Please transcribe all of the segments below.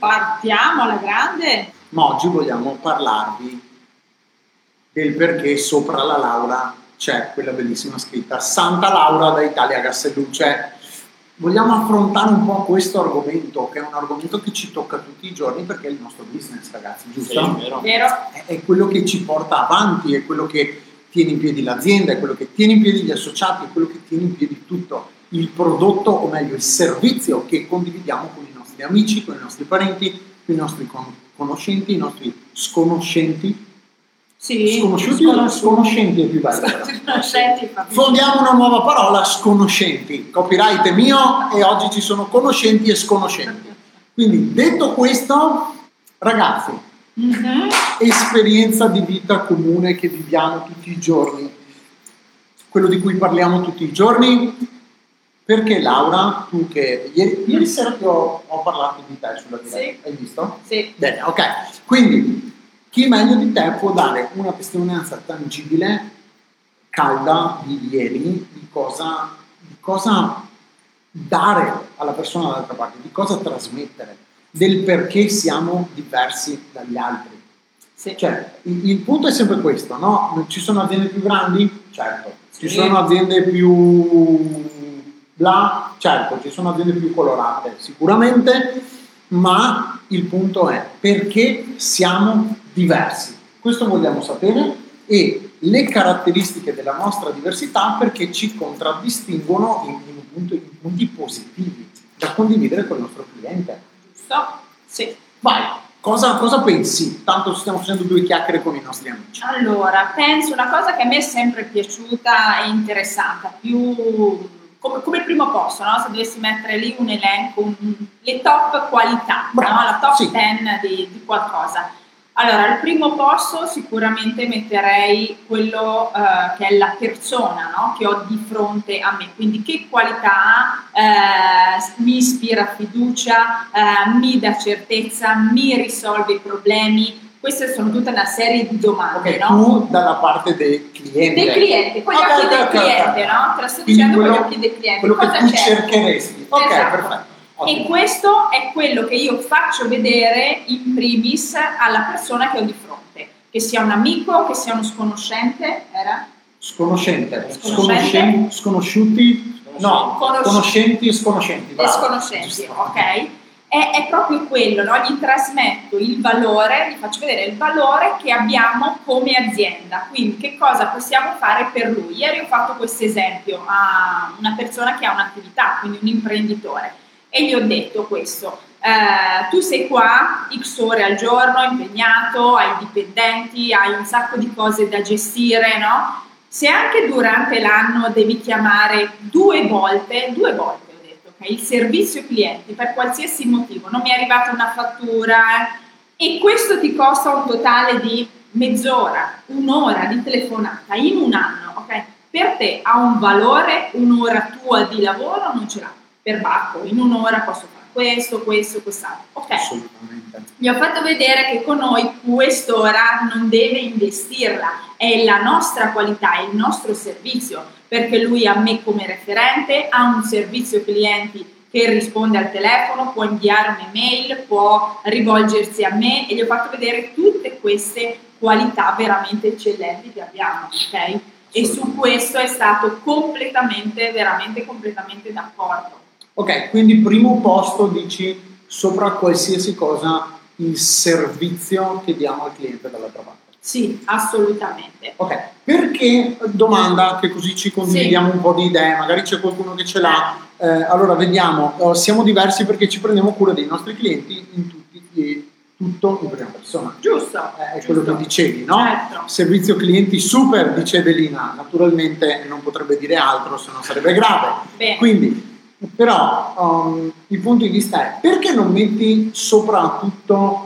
Partiamo alla grande. Ma oggi vogliamo parlarvi del perché sopra la Laura c'è quella bellissima scritta Santa Laura da Italia Gas e Luce. Vogliamo affrontare un po' questo argomento, che è un argomento che ci tocca tutti i giorni perché è il nostro business, ragazzi, giusto? Sì, vero. È quello che ci porta avanti, è quello che tiene in piedi l'azienda, è quello che tiene in piedi gli associati, è quello che tiene in piedi tutto il prodotto, o meglio il servizio che condividiamo con i nostri amici, con i nostri parenti, con i nostri conoscenti, i nostri sconoscenti. Sì, Sconoscenti è più bello. Fondiamo una nuova parola, sconoscenti. Copyright è mio e oggi ci sono conoscenti e sconoscenti. Quindi, detto questo, ragazzi, esperienza di vita comune che viviamo tutti i giorni, quello di cui parliamo tutti i giorni, perché Laura, tu che ieri sera che ho parlato di te sulla diretta, sì. Hai visto? Sì. Bene, ok. Quindi, chi meglio di te può dare una testimonianza tangibile, calda, di ieri, di cosa dare alla persona dall'altra parte, di cosa trasmettere, del perché siamo diversi dagli altri. Sì. Cioè, il punto è sempre questo, no? Ci sono aziende più grandi? Certo. Ci sono aziende più bla? Certo. Ci sono aziende più colorate? Sicuramente, ma il punto è perché siamo diversi. Questo vogliamo sapere e le caratteristiche della nostra diversità perché ci contraddistinguono in punti positivi da condividere con il nostro cliente. Giusto? Sì. Vai, cosa pensi? Tanto stiamo facendo due chiacchiere con i nostri amici. Allora, penso una cosa che a me è sempre piaciuta e interessata, più come primo posto, no? Se dovessi mettere lì un elenco, le top qualità, bravo, no? La top sì. 10 di qualcosa. Allora, al primo posto sicuramente metterei quello che è la persona, no? Che ho di fronte a me, quindi che qualità mi ispira fiducia, mi dà certezza, mi risolve i problemi. Queste sono tutta una serie di domande, Ok, no? tu dalla parte del cliente. Del cliente, con gli occhi del cliente, no? Te lo sto dicendo con gli occhi del cliente. Quello cosa che tu c'è? cercheresti. Ok, Esatto. perfetto. E questo è quello che io faccio vedere in primis alla persona che ho di fronte, che sia un amico, che sia uno sconoscente, era? Sconosciente. Sconosciuti? No, conoscenti e sconoscenti. E sconoscenti, ok. È proprio quello, no? Gli trasmetto il valore, gli faccio vedere il valore che abbiamo come azienda, quindi che cosa possiamo fare per lui. Ieri ho fatto questo esempio a una persona che ha un'attività, quindi un imprenditore, e gli ho detto questo: tu sei qua X ore al giorno, impegnato, hai dipendenti, hai un sacco di cose da gestire, no? Se anche durante l'anno devi chiamare due volte il servizio clienti per qualsiasi motivo, non mi è arrivata una fattura e questo ti costa un totale di mezz'ora, un'ora di telefonata in un anno, ok? Per te ha un valore un'ora tua di lavoro? Non ce l'ha. Per Bacco, in un'ora posso fare questo, quest'altro, ok? Assolutamente. Gli ho fatto vedere che con noi quest'ora non deve investirla, è la nostra qualità, è il nostro servizio, perché lui ha me come referente, ha un servizio clienti che risponde al telefono, può inviare un'email, può rivolgersi a me e gli ho fatto vedere tutte queste qualità veramente eccellenti che abbiamo, ok? E su questo è stato veramente completamente d'accordo. Ok, quindi primo posto dici sopra qualsiasi cosa il servizio che diamo al cliente dall'altra parte. Sì, assolutamente. Ok, perché domanda che così ci condividiamo un po' di idee, magari c'è qualcuno che ce l'ha. Allora vediamo, siamo diversi perché ci prendiamo cura dei nostri clienti in tutto in prima persona. Giusto. È quello che dicevi, no? Certo. Servizio clienti super, dice Evelina, naturalmente non potrebbe dire altro, se no sarebbe grave. Bene. Quindi, però, il punto di vista è perché non metti soprattutto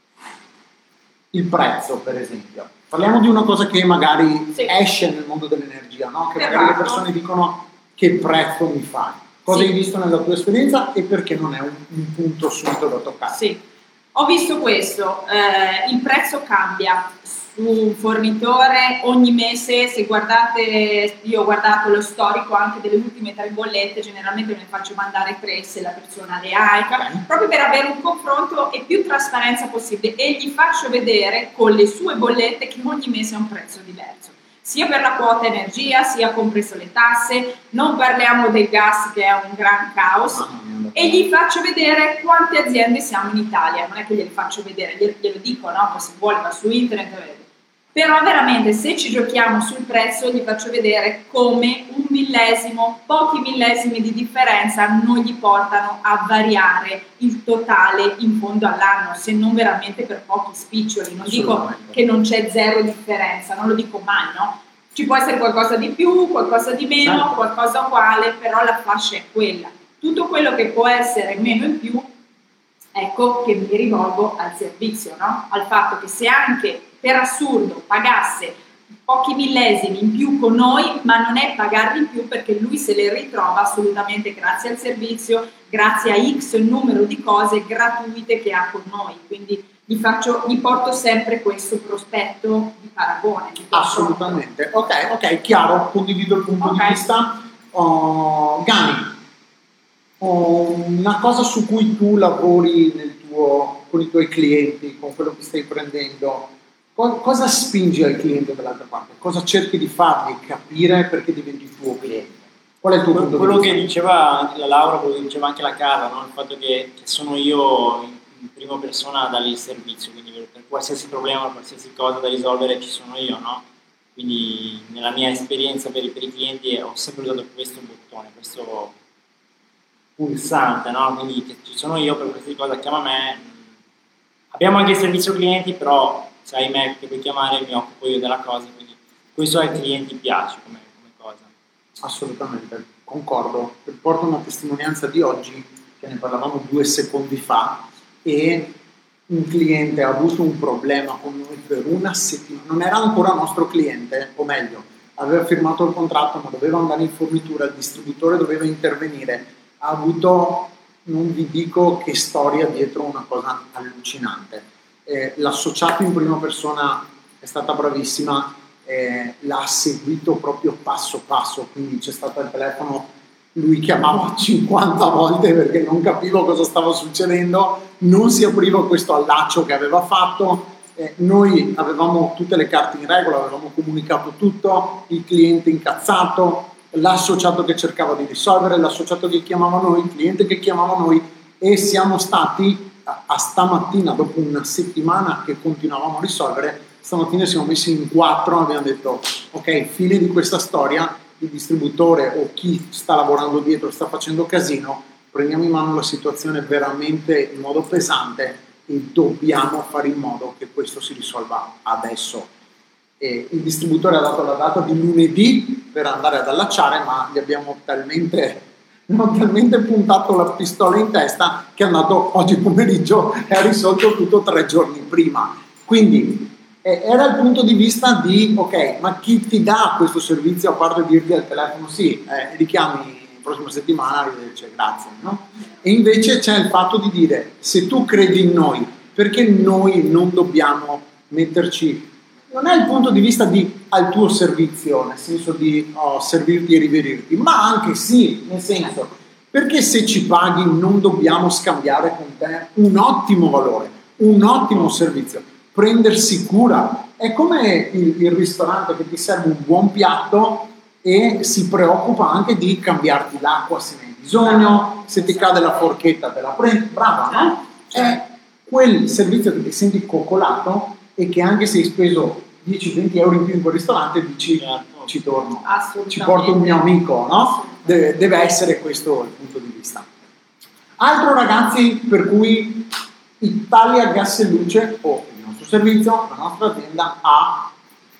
il prezzo, per esempio. Parliamo di una cosa che magari esce nel mondo dell'energia, no? Che magari le persone dicono che prezzo mi fai. Cosa hai visto nella tua esperienza e perché non è un punto subito da toccare? Sì, ho visto questo, il prezzo cambia su un fornitore ogni mese, se guardate, io ho guardato lo storico anche delle ultime 3 bollette, generalmente me ne faccio mandare 3 se la persona le ha, proprio per avere un confronto e più trasparenza possibile, e gli faccio vedere con le sue bollette che ogni mese è un prezzo diverso, sia per la quota energia, sia compreso le tasse, non parliamo del gas che è un gran caos, e gli faccio vedere quante aziende siamo in Italia, non è che gliele faccio vedere, glielo dico, no? Poi se vuole va su internet, però veramente se ci giochiamo sul prezzo gli faccio vedere come un millesimo, pochi millesimi di differenza non gli portano a variare il totale in fondo all'anno, se non veramente per pochi spiccioli. Non dico che non c'è zero differenza, non lo dico mai, no? Ci può essere qualcosa di più, qualcosa di meno, qualcosa uguale, però la fascia è quella. Tutto quello che può essere meno in più, ecco che mi rivolgo al servizio, no? Al fatto che se anche per assurdo pagasse pochi millesimi in più con noi, ma non è pagarli in più perché lui se le ritrova assolutamente grazie al servizio, grazie a X numero di cose gratuite che ha con noi, quindi gli porto sempre questo prospetto di paragone. Assolutamente, ok, chiaro, condivido il punto di vista. Gani, una cosa su cui tu lavori con i tuoi clienti, con quello che stai prendendo, cosa spingi al cliente dall'altra parte? Cosa cerchi di fargli capire perché diventi il tuo cliente? Qual è il tuo punto di vista? Quello che diceva la Laura, quello che diceva anche la Carla, no? Il fatto che sono io in prima persona a dargli il servizio, quindi per qualsiasi problema, qualsiasi cosa da risolvere ci sono io, no? Quindi nella mia esperienza per i clienti ho sempre usato questo bottone, questo pulsante, no? Quindi che ci sono io per queste cose, chiama me. Abbiamo anche il servizio clienti, però sai me che puoi chiamare, mi occupo io della cosa, quindi questo ai clienti piace come cosa. Assolutamente, concordo. Porto una testimonianza di oggi, che ne parlavamo 2 secondi fa, e un cliente ha avuto un problema con noi per una settimana, non era ancora nostro cliente, o meglio, aveva firmato il contratto ma doveva andare in fornitura, il distributore doveva intervenire, ha avuto, non vi dico che storia dietro, una cosa allucinante. L'associato in prima persona è stata bravissima, l'ha seguito proprio passo passo, quindi c'è stato al telefono, lui chiamava 50 volte perché non capivo cosa stava succedendo, non si apriva questo allaccio che aveva fatto, noi avevamo tutte le carte in regola, avevamo comunicato tutto, il cliente incazzato, l'associato che cercava di risolvere, l'associato che chiamava noi, il cliente che chiamava noi, e siamo stati a stamattina, dopo una settimana che continuavamo a risolvere, stamattina siamo messi in 4, abbiamo detto ok, fine di questa storia, il distributore o chi sta lavorando dietro sta facendo casino, prendiamo in mano la situazione veramente in modo pesante e dobbiamo fare in modo che questo si risolva adesso. E il distributore ha dato la data di lunedì per andare ad allacciare, ma gli abbiamo talmente puntato la pistola in testa che è andato oggi pomeriggio e ha risolto tutto 3 giorni prima. Quindi era il punto di vista di ok, ma chi ti dà questo servizio a parte dirti al telefono sì, richiami la prossima settimana e dice grazie, no? E invece c'è il fatto di dire se tu credi in noi, perché noi non dobbiamo metterci, non è il punto di vista di al tuo servizio, nel senso di servirti e riverirti, ma anche sì, nel senso, perché se ci paghi non dobbiamo scambiare con te un ottimo valore, un ottimo servizio, prendersi cura. È come il ristorante che ti serve un buon piatto e si preoccupa anche di cambiarti l'acqua se ne hai bisogno, se ti cade la forchetta te la prendi, brava, no? È quel servizio che ti senti coccolato e che anche se hai speso 10-20 euro in più in quel ristorante dici ci torno, ci porto un mio amico, no? Deve essere questo il punto di vista. Altro, ragazzi, per cui Italia Gas e Luce o il nostro servizio, la nostra azienda ha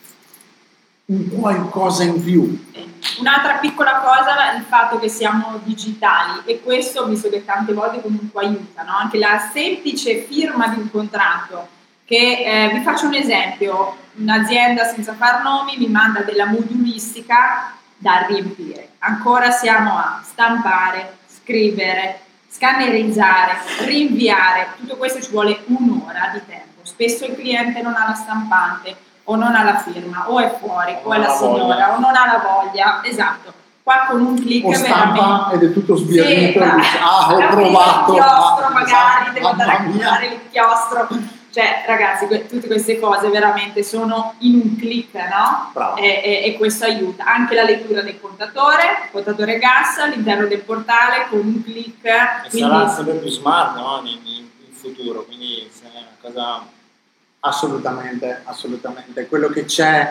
un qualcosa in più. Un'altra piccola cosa è il fatto che siamo digitali e questo, visto che tante volte comunque aiuta, no? Anche la semplice firma di un contratto, che vi faccio un esempio, un'azienda senza far nomi mi manda della modulistica da riempire, ancora siamo a stampare, scrivere, scannerizzare, rinviare, tutto questo ci vuole un'ora di tempo, spesso il cliente non ha la stampante o non ha la firma, o è fuori, o è non la ha signora, voglia. o non ha la voglia, esatto. Qua con un click o stampa ed è tutto sbiadito, sì, dice, ho è provato, l'inchiostro magari, devo andare a mamma mia. comprare l'inchiostro. Cioè, ragazzi, tutte queste cose veramente sono in un click, no? Bravo. E questo aiuta. Anche la lettura del contatore gas all'interno del portale con un click. E Quindi sarà sempre più smart, no? In futuro, quindi è una cosa... Assolutamente. Quello che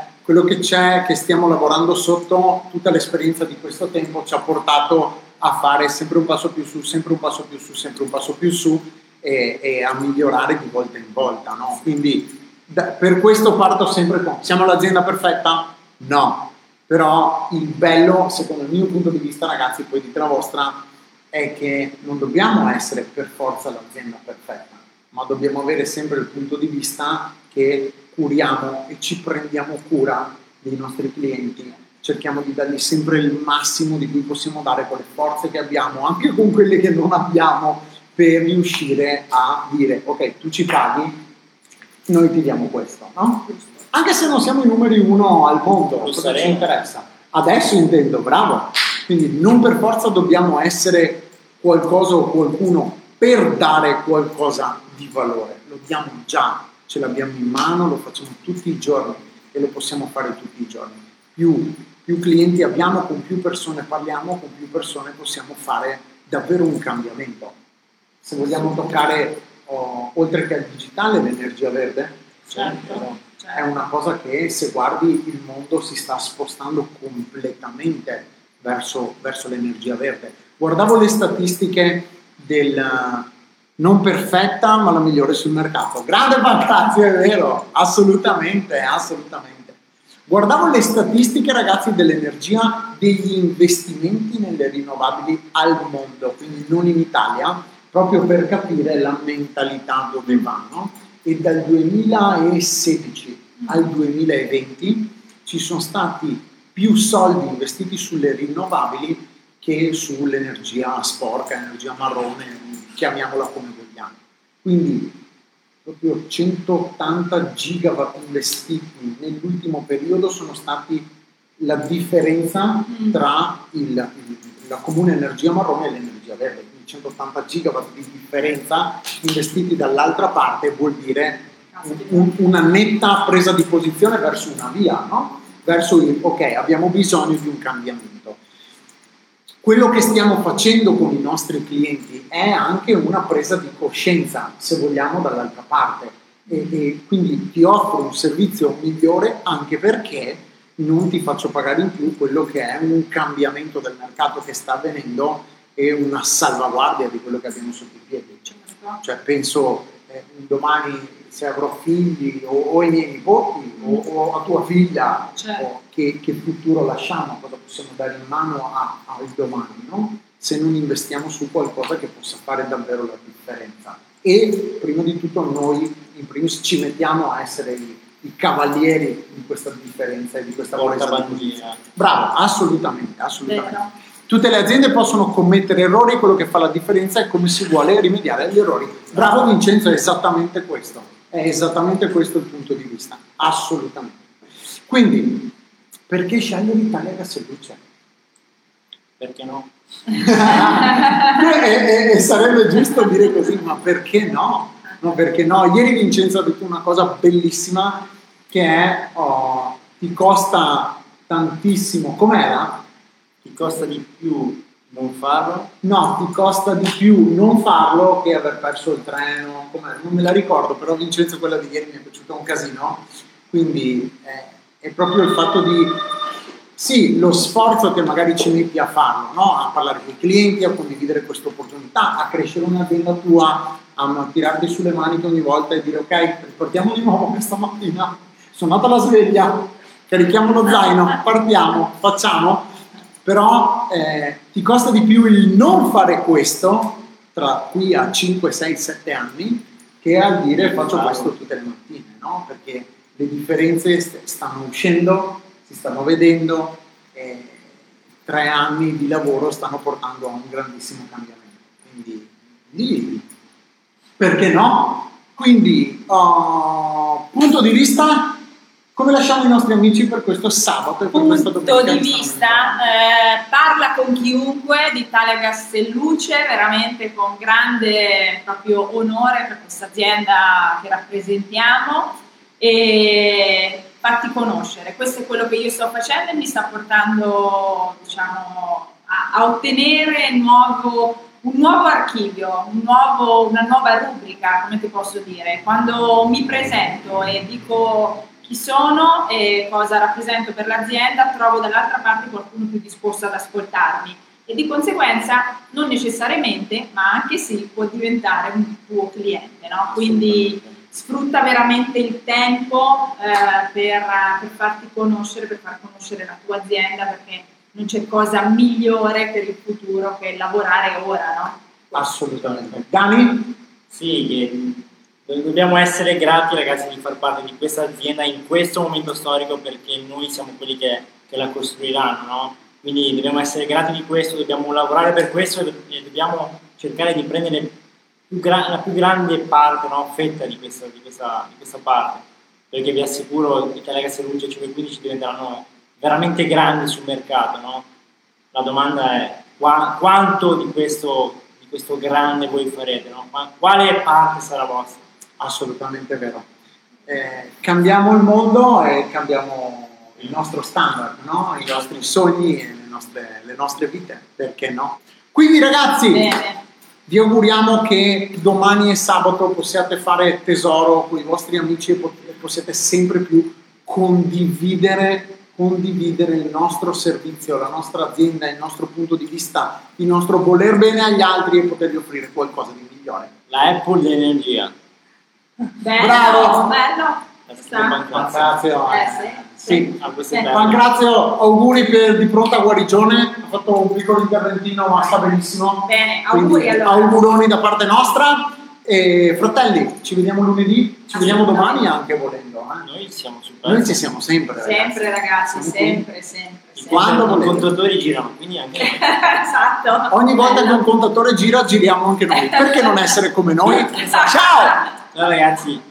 c'è, che stiamo lavorando sotto, tutta l'esperienza di questo tempo ci ha portato a fare sempre un passo più su, sempre un passo più su, sempre un passo più su e a migliorare di volta in volta, no? Quindi per questo parto sempre con: siamo l'azienda perfetta? No, però il bello, secondo il mio punto di vista, ragazzi, poi dite la vostra, è che non dobbiamo essere per forza l'azienda perfetta, ma dobbiamo avere sempre il punto di vista che curiamo e ci prendiamo cura dei nostri clienti, cerchiamo di dargli sempre il massimo di cui possiamo dare con le forze che abbiamo, anche con quelle che non abbiamo, per riuscire a dire: ok, tu ci paghi, noi ti diamo questo, no? Anche se non siamo i numeri uno al mondo, cosa ci interessa? Adesso intendo, bravo. Quindi non per forza dobbiamo essere qualcosa o qualcuno per dare qualcosa di valore, lo diamo già, ce l'abbiamo in mano, lo facciamo tutti i giorni e lo possiamo fare tutti i giorni. Più clienti abbiamo, con più persone parliamo, con più persone possiamo fare davvero un cambiamento. Se vogliamo toccare, oltre che al digitale, l'energia verde, certo. È una cosa che, se guardi, il mondo si sta spostando completamente verso l'energia verde. Guardavo le statistiche del non perfetta ma la migliore sul mercato. Grande Fantazio, è vero, assolutamente. Guardavo le statistiche, ragazzi, dell'energia, degli investimenti nelle rinnovabili al mondo, quindi non in Italia, proprio per capire la mentalità dove vanno. E dal 2016 al 2020 ci sono stati più soldi investiti sulle rinnovabili che sull'energia sporca, energia marrone, chiamiamola come vogliamo. Quindi proprio 180 gigawatt investiti nell'ultimo periodo sono stati la differenza tra la comune energia marrone e l'energia verde. Quindi 180 gigawatt di differenza investiti dall'altra parte vuol dire una netta presa di posizione verso una via, no? Verso il ok, abbiamo bisogno di un cambiamento. Quello che stiamo facendo con i nostri clienti è anche una presa di coscienza, se vogliamo, dall'altra parte, e quindi ti offro un servizio migliore anche perché non ti faccio pagare in più quello che è un cambiamento del mercato che sta avvenendo e una salvaguardia di quello che abbiamo sotto i piedi. Cioè penso domani, se avrò figli o i miei nipoti o a tua figlia, certo. Che futuro lasciamo, cosa possiamo dare in mano al domani, no? Se non investiamo su qualcosa che possa fare davvero la differenza. E prima di tutto noi in primis ci mettiamo a essere i cavalieri di questa differenza e di questa portabandiera. Bravo, assolutamente. Vero. Tutte le aziende possono commettere errori, quello che fa la differenza è come si vuole rimediare agli errori. Bravo Vincenzo, è esattamente questo il punto di vista, assolutamente. Quindi, perché scegliere Italia Gas e Luce? Perché no? e sarebbe giusto dire così, ma perché no? No, perché no? Ieri Vincenzo ha detto una cosa bellissima che è ti costa tantissimo, com'era? Ti costa di più non farlo? No, ti costa di più non farlo che aver perso il treno, non me la ricordo, però Vincenzo quella di ieri mi è piaciuta un casino, quindi è proprio il fatto di, sì, lo sforzo che magari ci metti a farlo, no? A parlare con i clienti, a condividere questa opportunità, a crescere un'azienda tua, a tirarti sulle maniche ogni volta e dire ok, ripartiamo di nuovo questa mattina, sono andata alla sveglia, carichiamo lo zaino, partiamo, facciamo. Però ti costa di più il non fare questo tra qui a 5, 6, 7 anni che a dire faccio questo tutte le mattine, no? Perché le differenze stanno uscendo, si stanno vedendo, 3 anni di lavoro stanno portando a un grandissimo cambiamento. Quindi perché no? Quindi punto di vista? Come lasciamo i nostri amici per questo sabato e per questa Punto domenica? di vista, parla con chiunque di Italia Gas e Luce, veramente con grande proprio onore per questa azienda che rappresentiamo, e fatti conoscere. Questo è quello che io sto facendo e mi sta portando, diciamo, a ottenere un nuovo archivio, una nuova rubrica, come ti posso dire. Quando mi presento e dico chi sono e cosa rappresento per l'azienda, trovo dall'altra parte qualcuno più disposto ad ascoltarmi e di conseguenza non necessariamente, ma anche sì, può diventare un tuo cliente, no? Quindi sfrutta veramente il tempo per farti conoscere, per far conoscere la tua azienda, perché non c'è cosa migliore per il futuro che lavorare ora, no? Assolutamente. Dani? Sì, che dobbiamo essere grati, ragazzi, di far parte di questa azienda in questo momento storico, perché noi siamo quelli che la costruiranno, no? Quindi dobbiamo essere grati di questo, dobbiamo lavorare per questo e dobbiamo cercare di prendere la più grande parte, no? Fetta di questa parte, perché vi assicuro che Italia Gas e Luce 515 diventeranno veramente grandi sul mercato, no? La domanda è quanto di questo grande voi farete, no? Quale parte sarà vostra? Assolutamente vero. Cambiamo il mondo e cambiamo il nostro standard, no? I nostri sogni e le nostre vite, perché no? Quindi ragazzi, Bene. vi auguriamo che domani e sabato possiate fare tesoro con i vostri amici e possiate sempre più condividere il nostro servizio, la nostra azienda, il nostro punto di vista, il nostro voler bene agli altri e potergli offrire qualcosa di migliore. La Apple dell'energia. Bello, Bravo. bello. Pancrazio. Sì. Pancrazio, auguri per di pronta guarigione. Ha fatto un piccolo interventino, ma sta benissimo. Bene, auguri. Quindi, allora. auguroni da parte nostra. E fratelli, ci vediamo lunedì, ci vediamo domani anche volendo. Noi siamo super. Noi ci siamo sempre. Sempre ragazzi, sempre. Quando i contatori girano, quindi anche noi. Esatto. Ogni volta che un contatore gira, giriamo anche noi. Perché non essere come noi? Esatto. Ciao! Ciao ragazzi.